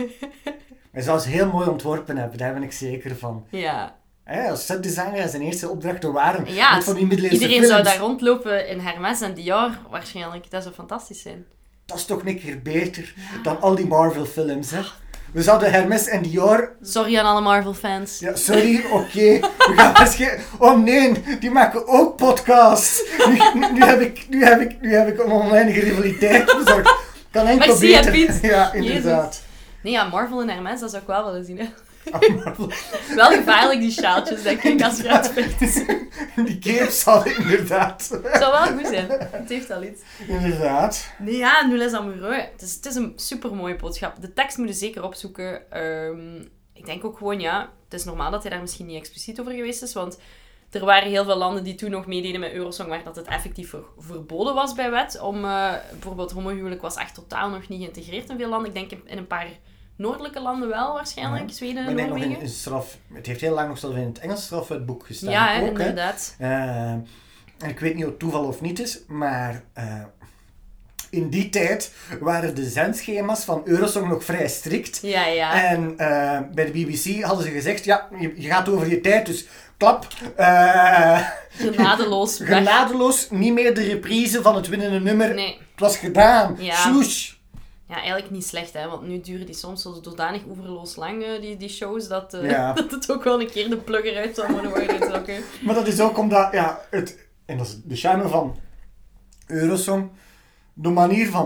[SPEAKER 2] Hij zou ze heel mooi ontworpen hebben, daar ben ik zeker van.
[SPEAKER 1] Ja.
[SPEAKER 2] Hè, als setdesigner zijn eerste opdrachten waren
[SPEAKER 1] Ja,
[SPEAKER 2] met van die middeleeuwse
[SPEAKER 1] iedereen
[SPEAKER 2] films.
[SPEAKER 1] zou daar rondlopen in Hermès en Dior waarschijnlijk. Dat zou fantastisch zijn.
[SPEAKER 2] Dat is toch een keer beter dan al die Marvel films, hè. We zouden Hermès en Dior...
[SPEAKER 1] Sorry aan alle Marvel-fans.
[SPEAKER 2] Ja, sorry, oké. Okay. We gaan waarschijnlijk... Oh nee, die maken ook podcasts. Nu, nu, nu, heb ik, nu, heb ik, nu heb ik een oneindige rivaliteit bezorgd. Kan enkel
[SPEAKER 1] Merci, hè,
[SPEAKER 2] beter.
[SPEAKER 1] Piet.
[SPEAKER 2] Ja, inderdaad.
[SPEAKER 1] Jezus. Nee, ja, Marvel en Hermès, dat zou ik wel willen zien, hè.
[SPEAKER 2] Ah, Marvel.
[SPEAKER 1] Wel gevaarlijk, die sjaaltjes, denk ik, als je uitspringt.
[SPEAKER 2] Die capes hadden inderdaad.
[SPEAKER 1] Het zou wel goed zijn. Het heeft al iets.
[SPEAKER 2] Inderdaad.
[SPEAKER 1] Nee, ja, Nous les amoureux. Het is, het is een supermooie boodschap. De tekst moet je zeker opzoeken. Um, ik denk ook gewoon, ja, het is normaal dat hij daar misschien niet expliciet over geweest is, want er waren heel veel landen die toen nog meededen met Eurosong, waar dat het effectief ver, verboden was bij wet. Om, uh, bijvoorbeeld, homohuwelijk was echt totaal nog niet geïntegreerd in veel landen. Ik denk in, in een paar noordelijke landen wel, waarschijnlijk.
[SPEAKER 2] Ja.
[SPEAKER 1] Zweden
[SPEAKER 2] Maar
[SPEAKER 1] en
[SPEAKER 2] ik denk nog
[SPEAKER 1] Noorwegen.
[SPEAKER 2] in, in straf... Het heeft heel lang nog zelfs in het Engels strafwetboek gestaan.
[SPEAKER 1] Ja, hè,
[SPEAKER 2] ook,
[SPEAKER 1] inderdaad.
[SPEAKER 2] Hè. Uh, en ik weet niet of het toeval of niet is, maar... Uh, in die tijd waren de zendschema's van Eurosong nog vrij strikt.
[SPEAKER 1] Ja, ja.
[SPEAKER 2] En uh, bij de B B C hadden ze gezegd, ja, je, je gaat over je tijd, dus klap. Uh,
[SPEAKER 1] Genadeloos. weg.
[SPEAKER 2] Genadeloos, niet meer de reprise van het winnende nummer.
[SPEAKER 1] Nee.
[SPEAKER 2] Het was gedaan.
[SPEAKER 1] Ja.
[SPEAKER 2] Swoosh.
[SPEAKER 1] Ja, eigenlijk niet slecht, hè. Want nu duren die soms zo zodanig oeverloos lang, uh, die, die shows, dat, uh,
[SPEAKER 2] Ja.
[SPEAKER 1] dat het ook wel een keer de plugger uit zou moeten worden getrokken.
[SPEAKER 2] Maar dat is ook omdat, ja, het, en dat is de charme van Eurosong, de manier van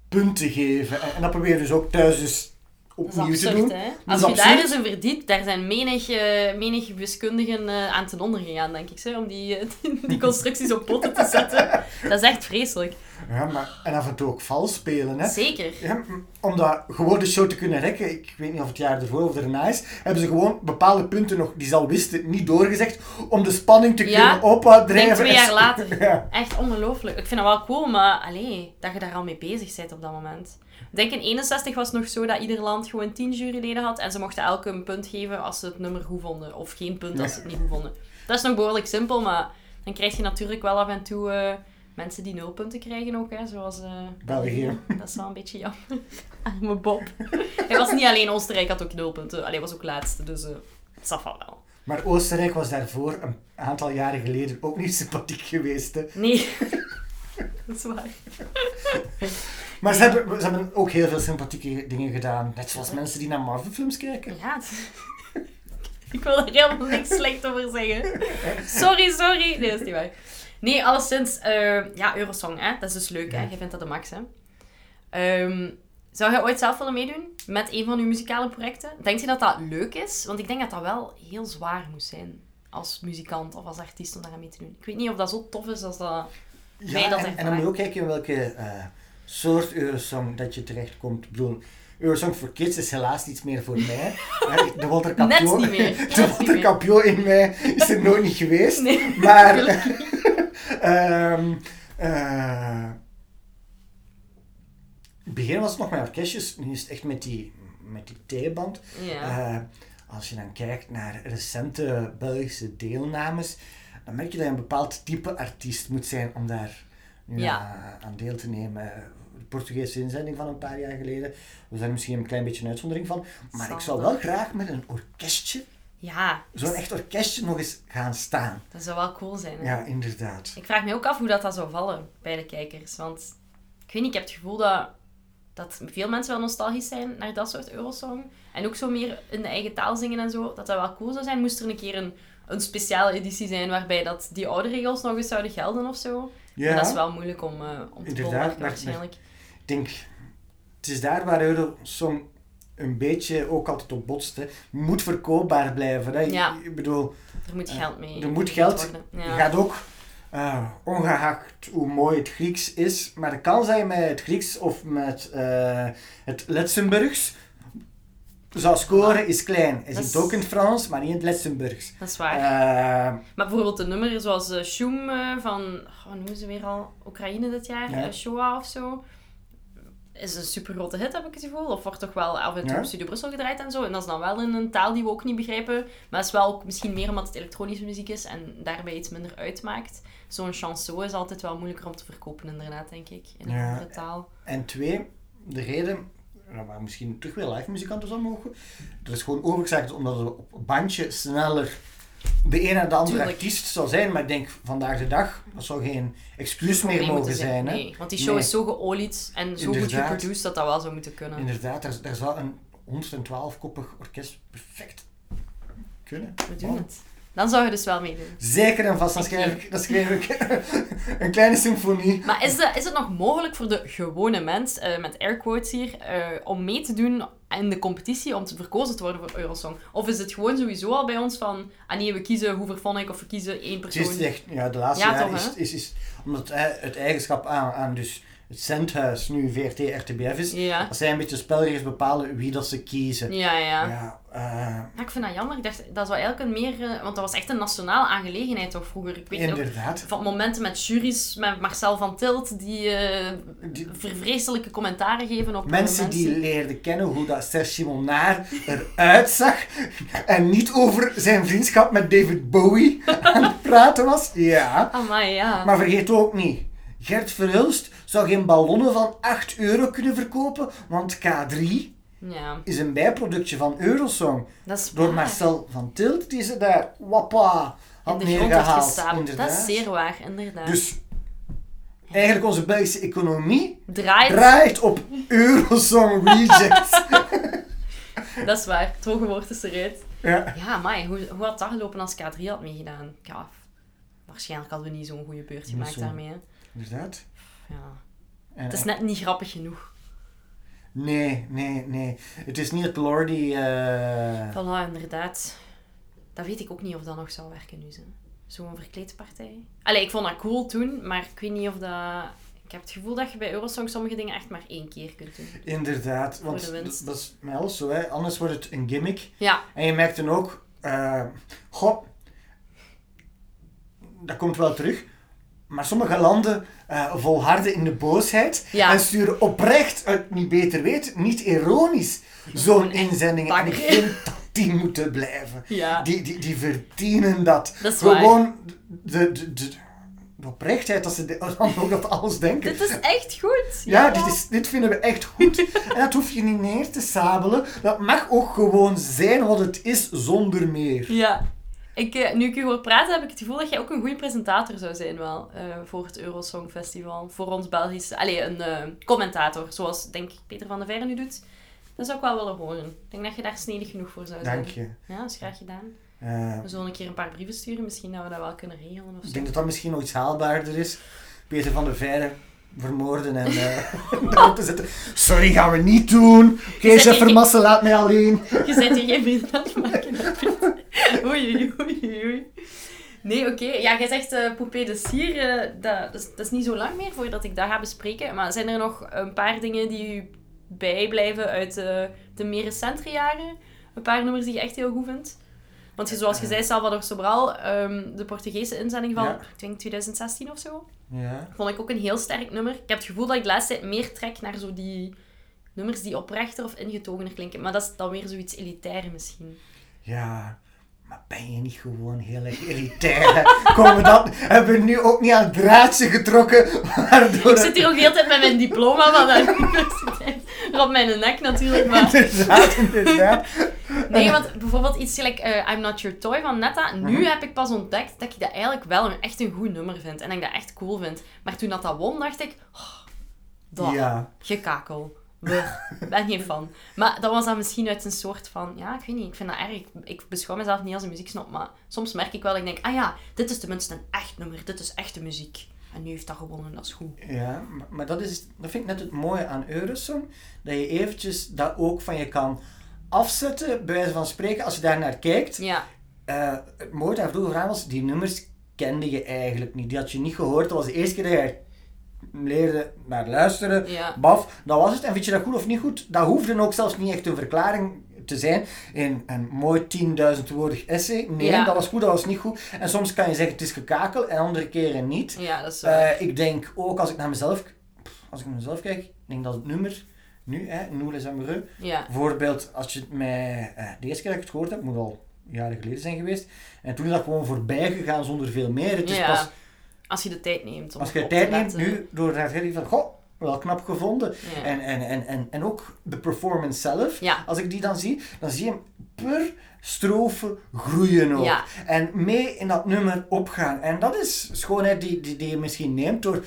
[SPEAKER 2] punten geven. En, en dat probeer je dus ook thuis dus opnieuw
[SPEAKER 1] dat is absurd,
[SPEAKER 2] te doen.
[SPEAKER 1] Hè?
[SPEAKER 2] Dat
[SPEAKER 1] Als
[SPEAKER 2] is
[SPEAKER 1] je daar
[SPEAKER 2] absurd.
[SPEAKER 1] eens in verdiept, daar zijn menig, uh, menig wiskundigen uh, aan ten onder gegaan, denk ik, hè, om die, uh, die constructies op poten te zetten. Dat is echt vreselijk.
[SPEAKER 2] Ja, maar, en af en toe ook vals spelen. Hè?
[SPEAKER 1] Zeker.
[SPEAKER 2] Ja, om dat gewoon de show te kunnen rekken, ik weet niet of het jaar ervoor of erna is, hebben ze gewoon bepaalde punten nog, die ze al wisten, niet doorgezegd, om de spanning te
[SPEAKER 1] ja,
[SPEAKER 2] kunnen opdrijven.
[SPEAKER 1] Ik denk twee jaar later.
[SPEAKER 2] Ja.
[SPEAKER 1] Echt ongelooflijk. Ik vind dat wel cool, maar allee, dat je daar al mee bezig bent op dat moment. Ik denk in eenenzestig was het nog zo dat ieder land gewoon tien juryleden had en ze mochten elke een punt geven als ze het nummer goed vonden. Of geen punt als ze het niet goed vonden. Dat is nog behoorlijk simpel, maar dan krijg je natuurlijk wel af en toe uh, mensen die nul punten krijgen ook, hè, zoals uh,
[SPEAKER 2] België.
[SPEAKER 1] Dat is wel een beetje jammer. Arme Bob. Hij was niet alleen Oostenrijk, had ook nul punten. Allee, was ook laatste, dus uh, het zat wel.
[SPEAKER 2] Maar Oostenrijk was daarvoor een aantal jaren geleden ook niet sympathiek geweest. Hè?
[SPEAKER 1] Nee, dat is waar.
[SPEAKER 2] Maar ze hebben, ze hebben ook heel veel sympathieke dingen gedaan. Net zoals mensen die naar Marvel-films kijken.
[SPEAKER 1] Ja, het... ik wil er helemaal niks slecht over zeggen. Sorry, sorry. Nee, dat is niet waar. Nee, alleszins, uh, ja, Eurosong, hè. Dat is dus leuk, hè. Je vindt dat de max, hè. Um, zou je ooit zelf willen meedoen met een van uw muzikale projecten? Denk je dat dat leuk is? Want ik denk dat dat wel heel zwaar moet zijn als muzikant of als artiest om daar aan mee te doen. Ik weet niet of dat zo tof is als dat...
[SPEAKER 2] Ja,
[SPEAKER 1] dat
[SPEAKER 2] en, en dan moet je ook kijken in welke uh, soort Eurosong dat je terechtkomt. Ik bedoel, Eurosong for Kids is helaas iets meer voor mij. De Walter Capio,
[SPEAKER 1] Net niet meer. Net
[SPEAKER 2] de Walter Capio in mij is er nooit niet geweest.
[SPEAKER 1] Nee,
[SPEAKER 2] maar... um, uh, in het begin was het nog met orkestjes, nu is het echt met die, met die T-band.
[SPEAKER 1] Ja.
[SPEAKER 2] Uh, als je dan kijkt naar recente Belgische deelnames, dan merk je dat je een bepaald type artiest moet zijn om daar nu
[SPEAKER 1] ja.
[SPEAKER 2] aan, aan deel te nemen. De Portugese inzending van een paar jaar geleden, we zijn misschien een klein beetje een uitzondering van, maar Zal ik zou wel graag met een orkestje,
[SPEAKER 1] ja,
[SPEAKER 2] zo'n echt orkestje nog eens gaan staan.
[SPEAKER 1] Dat zou wel cool zijn. Hè?
[SPEAKER 2] Ja, inderdaad.
[SPEAKER 1] Ik vraag me ook af hoe dat, dat zou vallen bij de kijkers, want ik weet niet, ik heb het gevoel dat dat veel mensen wel nostalgisch zijn naar dat soort Eurosong. En ook zo meer in de eigen taal zingen en zo. Dat dat wel cool zou zijn. Moest er een keer een, een speciale editie zijn waarbij dat die oude regels nog eens zouden gelden of zo. Ja. Maar dat is wel moeilijk om, uh, om te bolwerken waarschijnlijk.
[SPEAKER 2] Ik denk, het is daar waar Eurosong een beetje ook altijd op botst. Hè. Moet verkoopbaar blijven. Hè.
[SPEAKER 1] Ja.
[SPEAKER 2] Ik bedoel...
[SPEAKER 1] Er moet geld mee.
[SPEAKER 2] Er moet geld...
[SPEAKER 1] Ja.
[SPEAKER 2] Je gaat ook... Uh, ongeacht hoe mooi het Grieks is, maar de kans dat je met het Grieks of met uh, het Luxemburgs zou scoren is klein. Je ziet het ook in het Frans, maar niet in het Luxemburgs.
[SPEAKER 1] Dat is waar.
[SPEAKER 2] Uh,
[SPEAKER 1] maar bijvoorbeeld een nummer zoals uh, Shum uh, van, wat noemen ze weer al, Oekraïne dit jaar, ja. uh, Shoah of zo, is een super grote hit, heb ik het gevoel. Of wordt toch wel af en toe ja. op Studio Brussel gedraaid en zo. En dat is dan wel in een taal die we ook niet begrijpen. Maar dat is wel ook misschien meer omdat het elektronische muziek is en daarbij iets minder uitmaakt. Zo'n chanson is altijd wel moeilijker om te verkopen, inderdaad, denk ik. In een ja. andere taal.
[SPEAKER 2] En twee, de reden, waar misschien terug weer live muzikanten zou mogen, dat is gewoon overgezakt omdat het op een bandje sneller de ene en de andere Tuurlijk. artiest zou zijn. Maar ik denk, vandaag de dag, dat zou geen excuus meer mogen zijn. zijn hè?
[SPEAKER 1] Nee, want die show nee. is zo geolied en zo Inderdaad. goed geproduceerd dat dat wel zou moeten kunnen.
[SPEAKER 2] Inderdaad, daar, daar zou een honderdtwaalf-koppig orkest perfect kunnen.
[SPEAKER 1] We doen wow. het. Dan zou je dus wel meedoen.
[SPEAKER 2] Zeker en vast, dan schrijf ik, dan schrijf ik een kleine symfonie.
[SPEAKER 1] Maar is, de, is het nog mogelijk voor de gewone mens, uh, met airquotes hier, uh, om mee te doen in de competitie om te verkozen te worden voor Eurosong? Of is het gewoon sowieso al bij ons van, ah nee, we kiezen Hooverphonic of we kiezen één persoon?
[SPEAKER 2] Het is echt, ja, de laatste
[SPEAKER 1] ja,
[SPEAKER 2] jaren
[SPEAKER 1] toch,
[SPEAKER 2] is, is, is, omdat het eigenschap aan, aan dus het zendhuis, nu V R T R T B F is,
[SPEAKER 1] ja.
[SPEAKER 2] dat zij een beetje spelregels bepalen wie dat ze kiezen.
[SPEAKER 1] Ja, ja.
[SPEAKER 2] ja uh...
[SPEAKER 1] maar ik vind dat jammer. Ik dacht, dat zou eigenlijk een meer... Uh, want dat was echt een nationale aangelegenheid toch vroeger. Ik weet
[SPEAKER 2] Inderdaad.
[SPEAKER 1] Ook, van momenten met juries, met Marcel van Tilt, die, uh, die vervreselijke commentaren geven op
[SPEAKER 2] mensen.
[SPEAKER 1] mensen
[SPEAKER 2] die leerden kennen hoe dat Serge Simonard eruit zag en niet over zijn vriendschap met David Bowie aan het praten was. Ja.
[SPEAKER 1] Amai, ja.
[SPEAKER 2] Maar vergeet ook niet, Gert Verhulst zou geen ballonnen van acht euro kunnen verkopen, want K drie
[SPEAKER 1] ja.
[SPEAKER 2] is een bijproductje van Eurosong.
[SPEAKER 1] Dat is
[SPEAKER 2] door Marcel van Tilt, die ze daar wappa had neergehaald.
[SPEAKER 1] Dat is zeer waar, inderdaad.
[SPEAKER 2] Dus eigenlijk onze Belgische economie
[SPEAKER 1] draait,
[SPEAKER 2] draait op Eurosong Rejects.
[SPEAKER 1] Dat is waar, het hoge woord is eruit.
[SPEAKER 2] Ja,
[SPEAKER 1] ja maar hoe, hoe had dat gelopen als K drie had meegedaan? Ja, waarschijnlijk hadden we niet zo'n goede beurt gemaakt zo. daarmee. Hè.
[SPEAKER 2] Inderdaad.
[SPEAKER 1] Ja. En, het is net niet grappig genoeg.
[SPEAKER 2] Nee, nee, nee. Het is niet het Lordi... Uh...
[SPEAKER 1] Voilà, inderdaad. Dat weet ik ook niet of dat nog zou werken nu. Zo. Zo'n verkleedpartij. Allee, ik vond dat cool toen, maar ik weet niet of dat... Ik heb het gevoel dat je bij Eurosong sommige dingen echt maar één keer kunt doen.
[SPEAKER 2] Inderdaad, want dat, dat is met alles zo, hè. Anders wordt het een gimmick.
[SPEAKER 1] Ja.
[SPEAKER 2] En je merkt dan ook... Uh, goh, dat komt wel terug. Maar sommige landen uh, volharden in de boosheid
[SPEAKER 1] ja.
[SPEAKER 2] en sturen oprecht, uit niet beter weten, niet ironisch, zo'n inzending. En ik vind dat die moeten blijven.
[SPEAKER 1] Ja.
[SPEAKER 2] Die, die, die verdienen dat.
[SPEAKER 1] Dat is
[SPEAKER 2] Gewoon de, de, de, de oprechtheid, dat ze de, dan ook dat alles denken.
[SPEAKER 1] Dit is echt goed.
[SPEAKER 2] Ja,
[SPEAKER 1] ja.
[SPEAKER 2] Dit, is, dit vinden we echt goed. En dat hoef je niet neer te sabelen. Dat mag ook gewoon zijn wat het is, zonder meer.
[SPEAKER 1] Ja. Ik, nu ik je hoor praten, heb ik het gevoel dat jij ook een goede presentator zou zijn wel. Uh, voor het Eurosong Festival. Voor ons Belgische... Allee, een uh, commentator. Zoals, denk ik, Peter van der Veire nu doet. Dat zou ik wel willen horen. Ik denk dat je daar snedig genoeg voor zou zijn.
[SPEAKER 2] Dank je.
[SPEAKER 1] Ja, dat is graag gedaan.
[SPEAKER 2] Uh,
[SPEAKER 1] we zullen een keer een paar brieven sturen. Misschien dat we dat wel kunnen regelen of zo.
[SPEAKER 2] Ik denk dat dat misschien nog iets haalbaarder is. Peter van der Veire vermoorden en uh, te zetten. Sorry, gaan we niet doen. Kees en Vermassen, laat mij alleen.
[SPEAKER 1] Je bent hier geen vrienden aan het maken. Oei, oei, oei. Nee, oké. Okay. Ja, jij zegt uh, Poupée de Cire, uh, dat, dat, is, dat is niet zo lang meer voordat ik dat ga bespreken. Maar zijn er nog een paar dingen die u bijblijven uit uh, de meer recentere jaren? Een paar nummers die je echt heel goed vindt? Want zoals je zei, Salvador Sobral, um, de Portugese inzending van, ja. ik denk twintig zestien of zo,
[SPEAKER 2] ja.
[SPEAKER 1] vond ik ook een heel sterk nummer. Ik heb het gevoel dat ik de laatste tijd meer trek naar zo die nummers die oprechter of ingetogener klinken. Maar dat is dan weer zoiets elitair misschien.
[SPEAKER 2] Ja, maar ben je niet gewoon heel erg elitair? Komen we dat, hebben we nu ook niet aan het draadje getrokken? Waardoor
[SPEAKER 1] ik zit hier ook de hele tijd met mijn diploma van de universiteit. Op mijn nek natuurlijk, maar...
[SPEAKER 2] Inderdaad, inderdaad.
[SPEAKER 1] Nee, want bijvoorbeeld iets gelijk uh, I'm Not Your Toy van Netta. Nu uh-huh. heb ik pas ontdekt dat ik dat eigenlijk wel een, echt een goed nummer vind. En dat ik dat echt cool vind. Maar toen dat dat won, dacht ik... Oh, dat,
[SPEAKER 2] ja.
[SPEAKER 1] Gekakel. Ik ben geen fan. Maar dat was dan misschien uit een soort van... Ja, ik weet niet. Ik vind dat erg. Ik beschouw mezelf niet als een muzieksnop. Maar soms merk ik wel dat ik denk... Ah ja, dit is tenminste een echt nummer. Dit is echte muziek. En nu heeft dat gewonnen. Dat is goed.
[SPEAKER 2] Ja, maar, maar dat, is, dat vind ik net het mooie aan Eurosong. Dat je eventjes dat ook van je kan afzetten. Bij wijze van spreken. Als je daar naar kijkt.
[SPEAKER 1] Ja.
[SPEAKER 2] Uh, het mooie daar vroeger aan was... Die nummers kende je eigenlijk niet. Die had je niet gehoord. Dat was de eerste keer dat je leerde naar luisteren,
[SPEAKER 1] ja.
[SPEAKER 2] baf, dat was het. En vind je dat goed of niet goed? Dat hoefde ook zelfs niet echt een verklaring te zijn in een mooi tienduizendwoordig essay. Nee, ja. dat was goed, dat was niet goed. En soms kan je zeggen, het is gekakel, en andere keren niet.
[SPEAKER 1] Ja, dat is
[SPEAKER 2] uh, ik denk ook, als ik naar mezelf, als ik naar mezelf kijk, ik denk dat het nummer, nu, hè, Nous les amoureux,
[SPEAKER 1] ja.
[SPEAKER 2] bijvoorbeeld, als je het mij, uh, de eerste keer dat ik het gehoord heb, moet al jaren geleden zijn geweest, en toen is dat gewoon voorbij gegaan zonder veel meer. Het is
[SPEAKER 1] ja.
[SPEAKER 2] pas...
[SPEAKER 1] Als je de tijd neemt. Om
[SPEAKER 2] Als je de tijd neemt, nu, door naar het van, goh, wel knap gevonden. Ja. En, en, en, en, en ook de performance zelf,
[SPEAKER 1] ja.
[SPEAKER 2] als ik die dan zie, dan zie je hem per strofe groeien ook.
[SPEAKER 1] Ja.
[SPEAKER 2] En mee in dat nummer opgaan. En dat is schoonheid die, die, die je misschien neemt door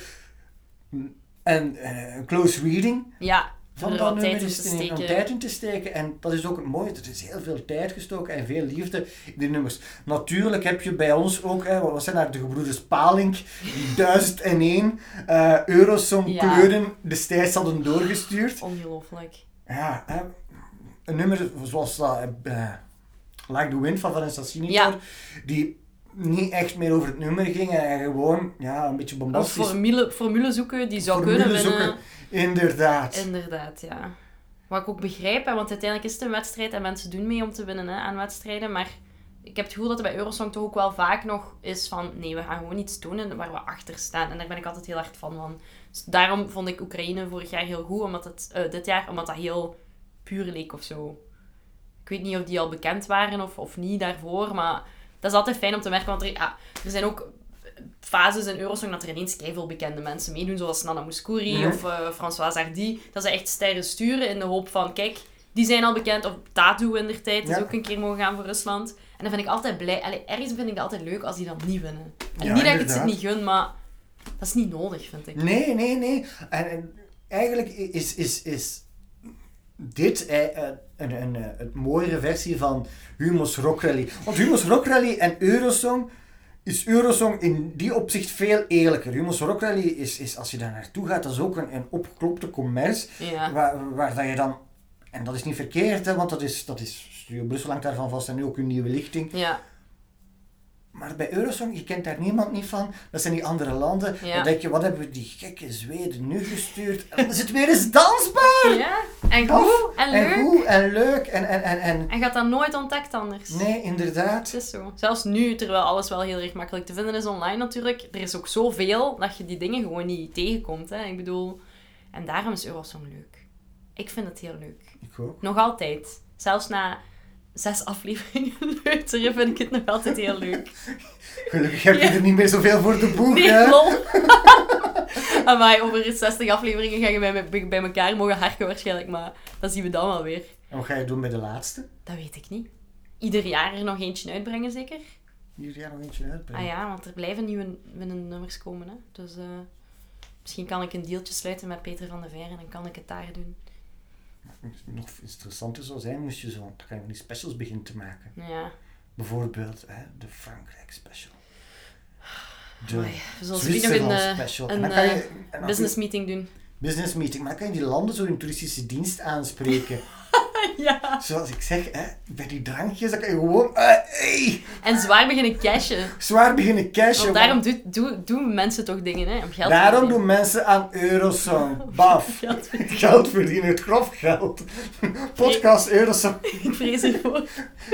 [SPEAKER 2] een uh, close reading.
[SPEAKER 1] Ja.
[SPEAKER 2] Van dat nummer is er een tijd in te steken. En dat is ook het mooie. Er is heel veel tijd gestoken en veel liefde in die nummers. Natuurlijk heb je bij ons ook, hè, wat zijn daar de gebroeders Palink, die duizend en één uh, Eurosong ja. kleuren destijds hadden doorgestuurd.
[SPEAKER 1] Ongelooflijk.
[SPEAKER 2] Ja, hè, een nummer zoals dat, uh, Like the Wind van Vanessa Sinitor, ja. die niet echt meer over het nummer ging en gewoon ja, een beetje bombastisch.
[SPEAKER 1] Een formule, formule zoeken die zou
[SPEAKER 2] formule
[SPEAKER 1] kunnen
[SPEAKER 2] zoeken.
[SPEAKER 1] winnen.
[SPEAKER 2] Inderdaad.
[SPEAKER 1] Inderdaad, ja. Wat ik ook begrijp, hè, want uiteindelijk is het een wedstrijd en mensen doen mee om te winnen hè, aan wedstrijden, maar ik heb het gevoel dat er bij Eurosong toch ook wel vaak nog is van nee, we gaan gewoon iets doen waar we achter staan. En daar ben ik altijd heel hard fan van. Dus daarom vond ik Oekraïne vorig jaar heel goed, omdat het, uh, dit jaar, omdat dat heel puur leek of zo. Ik weet niet of die al bekend waren of, of niet daarvoor, maar dat is altijd fijn om te merken, want er, ja, er zijn ook fases in Eurosong dat er ineens keiveel bekende mensen meedoen, zoals Nana Mouskouri mm-hmm. of uh, Françoise Hardy, dat ze echt sterren sturen in de hoop van, kijk, die zijn al bekend, of Tatu in der tijd, is ja. ook een keer mogen gaan voor Rusland. En dan vind ik altijd blij, allee, ergens vind ik dat altijd leuk als die dan niet winnen. En ja, niet dat ik het ze niet gun, maar dat is niet nodig, vind ik.
[SPEAKER 2] Nee, nee, nee. En, en eigenlijk is, is, is dit eh, een, een, een, een mooiere versie van Humo's Rock Rally. Want Humo's Rock Rally en Eurosong, is Eurosong in die opzicht veel eerlijker. Humo's Rock Rally is, is, als je daar naartoe gaat, dat is ook een, een opgeklopte commerce,
[SPEAKER 1] Ja.
[SPEAKER 2] waar, waar dat je dan, en dat is niet verkeerd, hè, want dat is, dat is Studio Brussel hangt daarvan vast en nu ook een nieuwe lichting.
[SPEAKER 1] Ja.
[SPEAKER 2] Maar bij Eurosong, je kent daar niemand niet van. Dat zijn die andere landen.
[SPEAKER 1] Ja.
[SPEAKER 2] Dan denk je, wat hebben we die gekke Zweden nu gestuurd? En dan is het weer eens dansbaar!
[SPEAKER 1] Ja, en
[SPEAKER 2] Tof.
[SPEAKER 1] goed en leuk.
[SPEAKER 2] En goed en leuk. En, en, en, en...
[SPEAKER 1] En gaat dat nooit ontdekt anders.
[SPEAKER 2] Nee, inderdaad.
[SPEAKER 1] Het is zo. Zelfs nu, terwijl alles wel heel erg makkelijk te vinden is online natuurlijk, er is ook zoveel dat je die dingen gewoon niet tegenkomt. Hè. Ik bedoel, en daarom is Eurosong leuk. Ik vind het heel leuk.
[SPEAKER 2] Ik ook.
[SPEAKER 1] Nog altijd. Zelfs na zes afleveringen luisteren vind ik het nog altijd heel leuk.
[SPEAKER 2] Gelukkig heb je
[SPEAKER 1] Ja.
[SPEAKER 2] er niet meer zoveel voor de boeg,
[SPEAKER 1] Nee,
[SPEAKER 2] hè?
[SPEAKER 1] lol. Amai, over zestig afleveringen gaan we bij, bij elkaar mogen harken waarschijnlijk, maar dat zien we dan wel weer.
[SPEAKER 2] En wat ga je doen bij de laatste?
[SPEAKER 1] Dat weet ik niet. Ieder jaar er nog eentje uitbrengen, zeker?
[SPEAKER 2] Ieder jaar nog eentje uitbrengen.
[SPEAKER 1] Ah ja, want er blijven nieuwe, nieuwe nummers komen, hè. Dus uh, misschien kan ik een deeltje sluiten met Peter van de Veer en dan kan ik het daar doen.
[SPEAKER 2] Nog interessanter zou zijn, moest je zo, dan ga je van die specials beginnen te maken.
[SPEAKER 1] Ja.
[SPEAKER 2] Bijvoorbeeld, hè, de Frankrijk special. De
[SPEAKER 1] Amai, we zullen misschien nog een,
[SPEAKER 2] Zwitserland
[SPEAKER 1] uh,
[SPEAKER 2] special.
[SPEAKER 1] een
[SPEAKER 2] En dan kan je,
[SPEAKER 1] uh,
[SPEAKER 2] en dan
[SPEAKER 1] business meeting doen.
[SPEAKER 2] business meeting, maar dan kan je die landen zo in toeristische dienst aanspreken.
[SPEAKER 1] Ja.
[SPEAKER 2] Zoals ik zeg, hè, bij die drankjes, dan kan je gewoon, uh, hey,
[SPEAKER 1] En zwaar beginnen cashen.
[SPEAKER 2] zwaar beginnen cashen.
[SPEAKER 1] Want daarom doet, doe, doen mensen toch dingen, hè, om geld te
[SPEAKER 2] Daarom
[SPEAKER 1] verdienen.
[SPEAKER 2] doen mensen aan Eurosong. Baf.
[SPEAKER 1] Geld verdienen.
[SPEAKER 2] Geld verdienen, het grof geld. Podcast Eurosong.
[SPEAKER 1] Ik vrees ervoor.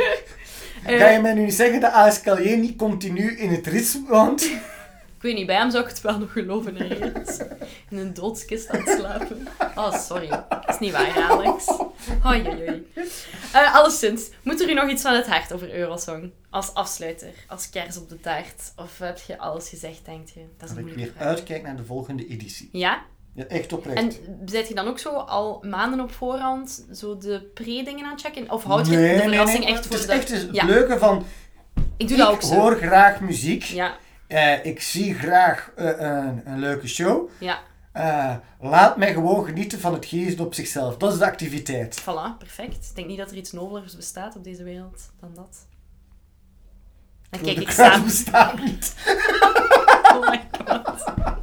[SPEAKER 2] Ga je mij nu niet zeggen dat A S Calier niet continu in het ritme woont?
[SPEAKER 1] Ik weet niet, bij hem zou ik het wel nog geloven ergens. In een doodskist aan het slapen. Oh, sorry. Dat is niet waar, Alex. Hoi, hoi, hoi. Uh, alleszins, moet er u nog iets van het hart over Eurosong? Als afsluiter, als kers op de taart? Of heb je alles gezegd, denkt je? Dat is
[SPEAKER 2] Dat
[SPEAKER 1] een
[SPEAKER 2] ik
[SPEAKER 1] moeilijke
[SPEAKER 2] weer
[SPEAKER 1] vraag.
[SPEAKER 2] uitkijk naar de volgende editie.
[SPEAKER 1] Ja?
[SPEAKER 2] Ja, echt oprecht.
[SPEAKER 1] En zet je dan ook zo al maanden op voorhand zo de pre-dingen aan het checken? Of houd je
[SPEAKER 2] nee,
[SPEAKER 1] de
[SPEAKER 2] nee,
[SPEAKER 1] verrassing
[SPEAKER 2] nee,
[SPEAKER 1] echt voor
[SPEAKER 2] het is
[SPEAKER 1] de...
[SPEAKER 2] echt het
[SPEAKER 1] Ja.
[SPEAKER 2] leuke van...
[SPEAKER 1] Ik doe dat ook
[SPEAKER 2] Ik
[SPEAKER 1] zo.
[SPEAKER 2] hoor graag muziek.
[SPEAKER 1] Ja,
[SPEAKER 2] Uh, ik zie graag uh, een, een leuke show.
[SPEAKER 1] ja.
[SPEAKER 2] Uh, laat mij gewoon genieten van het geest op zichzelf. Dat is de activiteit.
[SPEAKER 1] Voilà, perfect. Ik denk niet dat er iets nobelers bestaat op deze wereld dan dat. Dan kijk
[SPEAKER 2] de
[SPEAKER 1] ik
[SPEAKER 2] kruis
[SPEAKER 1] samen...
[SPEAKER 2] bestaat niet.
[SPEAKER 1] Oh my god.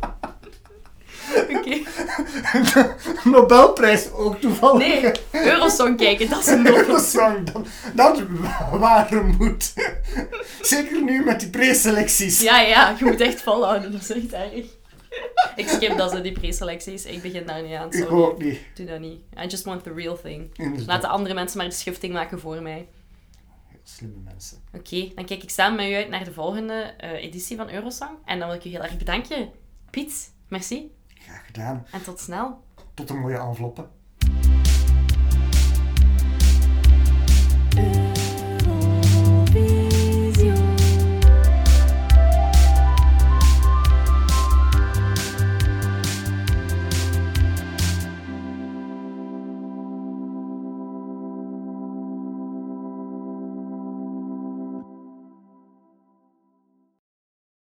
[SPEAKER 1] Oké.
[SPEAKER 2] Nobelprijs ook toevallig.
[SPEAKER 1] Nee, Eurosong kijken, dat is een nobel.
[SPEAKER 2] Eurosong, dat, dat ware moet. Zeker nu met die preselecties.
[SPEAKER 1] Ja, ja, je moet echt volhouden, dat is echt erg. Ik skip dat, zo, die preselecties. Ik begin daar niet aan,
[SPEAKER 2] Ik
[SPEAKER 1] sorry.
[SPEAKER 2] ook niet.
[SPEAKER 1] Doe dat niet. I just want the real thing.
[SPEAKER 2] Inderdaad.
[SPEAKER 1] Laat de andere mensen maar de schifting maken voor mij.
[SPEAKER 2] Heel slimme mensen.
[SPEAKER 1] Oké, dan kijk ik samen met u uit naar de volgende uh, editie van Eurosong. En dan wil ik u heel erg bedanken. Piet, merci.
[SPEAKER 2] Graag gedaan.
[SPEAKER 1] En tot snel.
[SPEAKER 2] Tot een mooie enveloppe.